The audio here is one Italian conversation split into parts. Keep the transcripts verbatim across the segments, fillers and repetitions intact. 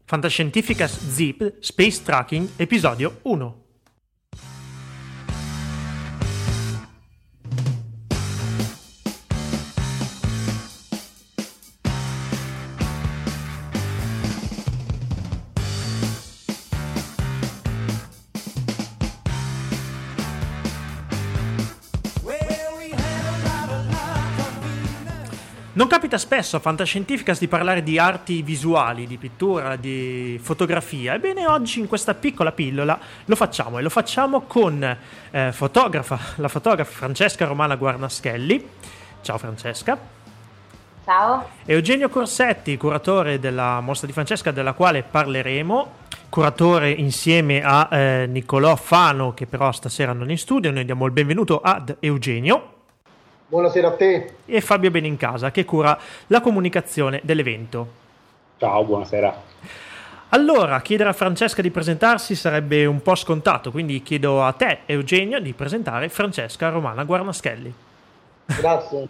Fantascientificas Zip Space Tracking, episodio uno. Non capita spesso a Fantascientificas di parlare di arti visuali, di pittura, di fotografia. Ebbene, oggi in questa piccola pillola lo facciamo e lo facciamo con eh, fotografa, la fotografa Francesca Romana Guarnaschelli. Ciao Francesca. Ciao. E Eugenio Corsetti, curatore della mostra di Francesca, della quale parleremo, curatore insieme a eh, Niccolò Fano, che però stasera non è in studio. Noi diamo il benvenuto ad Eugenio. Buonasera a te. E Fabio Benincasa, che cura la comunicazione dell'evento. Ciao, buonasera. Allora, chiedere a Francesca di presentarsi sarebbe un po' scontato, quindi chiedo a te, Eugenio, di presentare Francesca Romana Guarnaschelli. Grazie.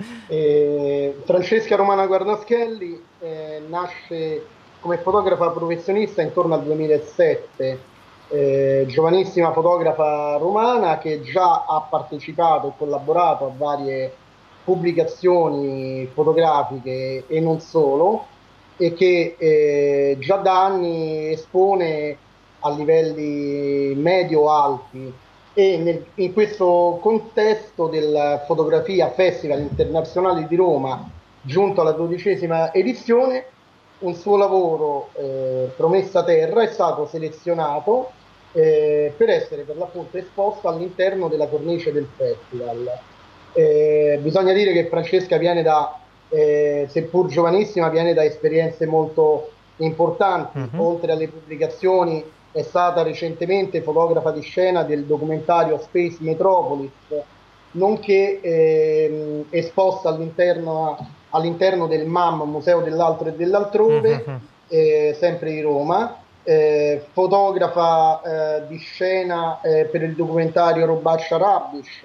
Eh, Francesca Romana Guarnaschelli eh, nasce come fotografa professionista intorno al duemilasette. Eh, giovanissima fotografa romana che già ha partecipato e collaborato a varie pubblicazioni fotografiche e non solo, e che eh, già da anni espone a livelli medio-alti, e nel, in questo contesto del Fotografia Festival Internazionale di Roma, giunto alla dodicesima edizione, un suo lavoro, eh, Promessa Terra, è stato selezionato eh, per essere per l'appunto esposto all'interno della cornice del festival. Eh, bisogna dire che Francesca viene da, eh, seppur giovanissima, viene da esperienze molto importanti. Uh-huh. Oltre alle pubblicazioni è stata recentemente fotografa di scena del documentario Space Metropolis, nonché eh, esposta all'interno all'interno del M A M, Museo dell'Altro e dell'Altrove, uh-huh. eh, sempre di Roma, eh, fotografa eh, di scena eh, per il documentario Robascia Rabish,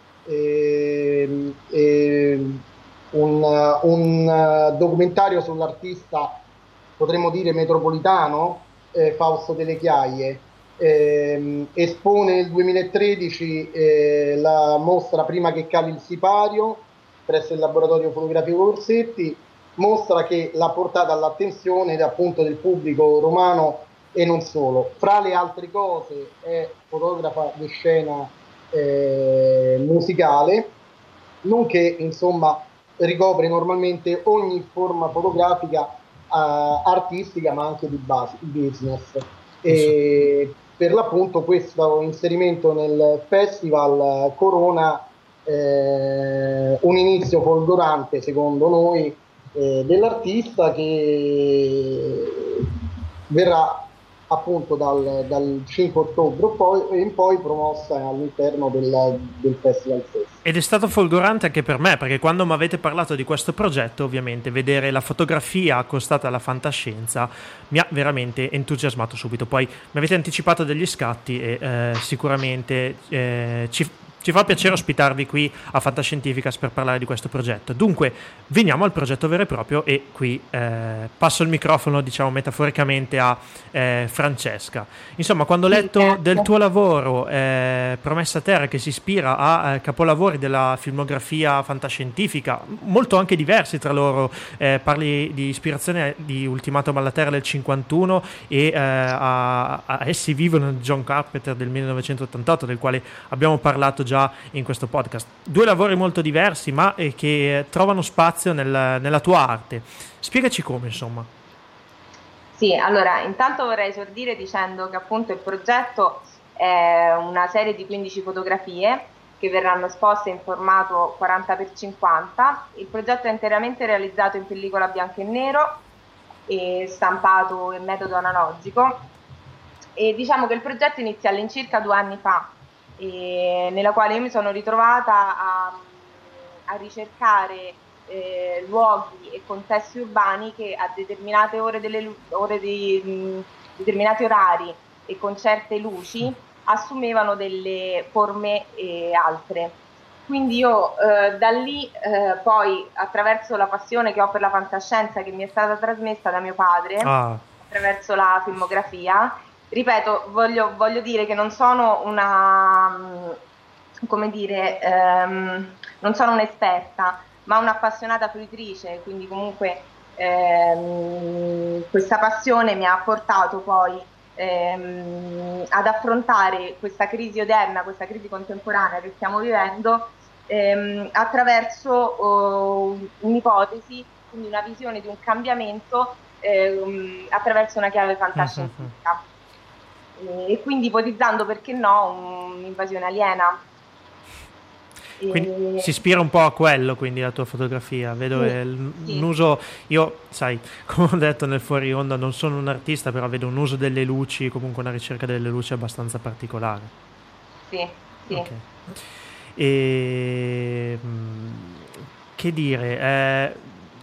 eh, eh, un, un documentario sull'artista, potremmo dire metropolitano, eh, Fausto Delle Chiaie. Eh, espone nel duemilatredici eh, la mostra Prima che cali il sipario presso il laboratorio fotografico Corsetti, mostra che l'ha portata all'attenzione appunto del pubblico romano e non solo. Fra le altre cose è fotografa di scena eh, musicale, nonché insomma ricopre normalmente ogni forma fotografica eh, artistica, ma anche di base, business. E per l'appunto questo inserimento nel festival corona Eh, un inizio folgorante, secondo noi, eh, dell'artista, che verrà appunto dal, dal cinque ottobre poi, in poi promossa all'interno del, del festival stesso. Ed è stato folgorante anche per me, perché quando mi avete parlato di questo progetto, ovviamente vedere la fotografia accostata alla fantascienza mi ha veramente entusiasmato subito. Poi mi avete anticipato degli scatti e eh, sicuramente eh, ci Ci fa piacere ospitarvi qui a Fantascientificas per parlare di questo progetto. Dunque, veniamo al progetto vero e proprio, e qui eh, passo il microfono, diciamo metaforicamente, a eh, Francesca. Insomma, quando ho letto del tuo lavoro eh, Promessa Terra, che si ispira a eh, capolavori della filmografia fantascientifica, molto anche diversi tra loro, eh, parli di ispirazione di Ultimatum alla Terra del cinquantuno e eh, a, a Essi vivono di John Carpenter del millenovecentottantotto, del quale abbiamo parlato già in questo podcast. Due lavori molto diversi, ma eh, che trovano spazio nel, nella tua arte. Spiegaci come, insomma. Sì, allora, intanto vorrei esordire dicendo che appunto il progetto è una serie di quindici fotografie che verranno esposte in formato quaranta per cinquanta. Il progetto è interamente realizzato in pellicola bianco e nero e stampato in metodo analogico, e diciamo che il progetto inizia all'incirca due anni fa, E nella quale io mi sono ritrovata a, a ricercare eh, luoghi e contesti urbani che a determinate ore, delle, ore di mh, determinati orari e con certe luci assumevano delle forme e altre. Quindi io eh, da lì eh, poi, attraverso la passione che ho per la fantascienza, che mi è stata trasmessa da mio padre, ah. attraverso la filmografia. Ripeto, voglio, voglio dire che non sono una, come dire, ehm, non sono un'esperta, ma un'appassionata fruitrice, quindi comunque ehm, questa passione mi ha portato poi ehm, ad affrontare questa crisi odierna, questa crisi contemporanea che stiamo vivendo ehm, attraverso oh, un'ipotesi, quindi una visione di un cambiamento ehm, attraverso una chiave fantascientifica. E quindi ipotizzando, perché no, un'invasione aliena. Quindi e... si ispira un po' a quello, quindi la tua fotografia. Vedo sì, il, sì. un uso, io sai, come ho detto nel fuori onda, non sono un artista, però vedo un uso delle luci, comunque una ricerca delle luci abbastanza particolare. Sì, sì. Okay. E che dire, eh,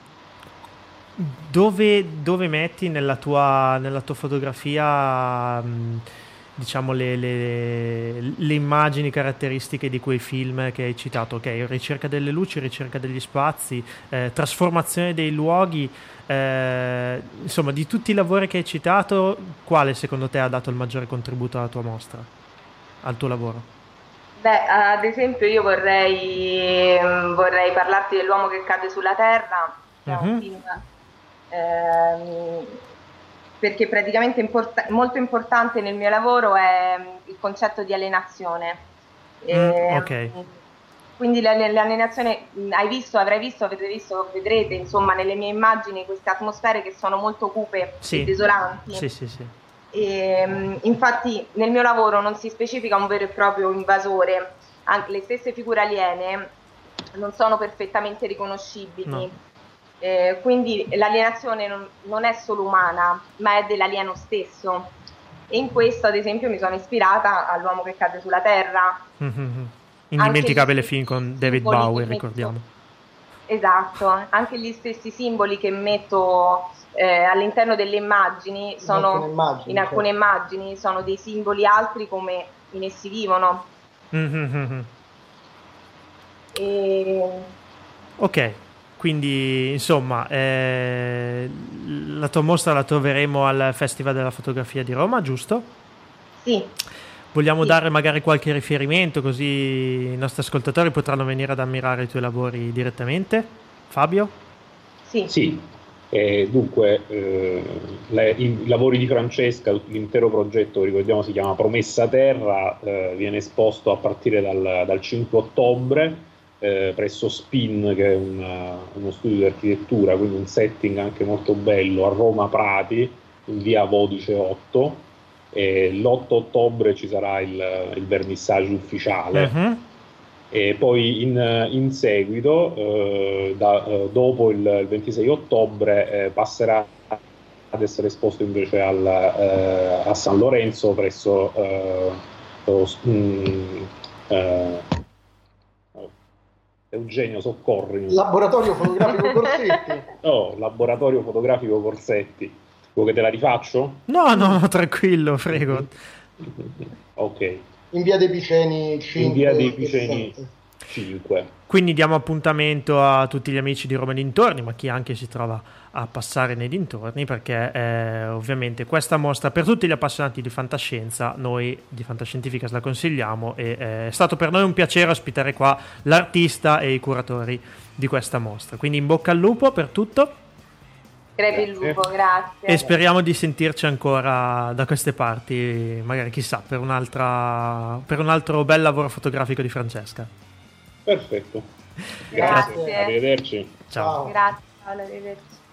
Dove, dove metti nella tua, nella tua fotografia mh, diciamo le, le, le immagini caratteristiche di quei film che hai citato? Ok, ricerca delle luci, ricerca degli spazi, eh, trasformazione dei luoghi, eh, insomma di tutti i lavori che hai citato, quale secondo te ha dato il maggiore contributo alla tua mostra, al tuo lavoro? Beh, ad esempio io vorrei, vorrei parlarti dell'uomo che cade sulla terra, che uh-huh. è un film Ehm, perché praticamente import- molto importante nel mio lavoro è il concetto di alienazione. Mm, ok. Quindi l'alienazione, hai visto, avrai visto, avete visto, vedrete insomma nelle mie immagini queste atmosfere che sono molto cupe sì. e desolanti. Sì, sì, sì. E, infatti nel mio lavoro non si specifica un vero e proprio invasore, anche le stesse figure aliene non sono perfettamente riconoscibili. No. Eh, quindi l'alienazione non, non è solo umana, ma è dell'alieno stesso, e in questo ad esempio mi sono ispirata all'uomo che cade sulla terra. Mm-hmm. Indimenticabile film con David Bowie, ricordiamo. Metto, esatto, anche gli stessi simboli che metto eh, all'interno delle immagini sono, in alcune immagini, in alcune certo. immagini sono dei simboli altri come in essi vivono. Mm-hmm. E... Ok. Quindi insomma eh, la tua mostra la troveremo al Festival della Fotografia di Roma, giusto? Sì. Vogliamo sì. dare magari qualche riferimento così i nostri ascoltatori potranno venire ad ammirare i tuoi lavori direttamente? Fabio? Sì. Sì. Eh, dunque eh, le, i lavori di Francesca, l'intero progetto, ricordiamo, si chiama Promessa Terra, eh, viene esposto a partire dal, dal cinque ottobre Eh, presso Spin, che è una, uno studio di architettura, quindi un setting anche molto bello, a Roma Prati, in via Vodice otto. E l'otto ottobre ci sarà il, il vernissage ufficiale. Uh-huh. E poi in, in seguito, eh, da, eh, dopo il, il ventisei ottobre, eh, passerà ad essere esposto invece al, eh, a San Lorenzo presso eh, lo, mm, eh, Eugenio, soccorrimi. Laboratorio fotografico Corsetti. Oh, laboratorio fotografico Corsetti. Vuoi che te la rifaccio? No, no, no, tranquillo, prego. Ok. In via dei Piceni cinque. In via dei Piceni cinque. Quindi diamo appuntamento a tutti gli amici di Roma e dintorni, ma chi anche si trova a passare nei dintorni, perché eh, ovviamente questa mostra per tutti gli appassionati di fantascienza, noi di Fantascientificas la consigliamo, e eh, è stato per noi un piacere ospitare qua l'artista e i curatori di questa mostra. Quindi in bocca al lupo per tutto. Crepi il lupo, grazie. E speriamo di sentirci ancora da queste parti, magari chissà, per un'altra per un altro bel lavoro fotografico di Francesca. Perfetto. Grazie. Grazie. Arrivederci. Ciao. Grazie, arrivederci.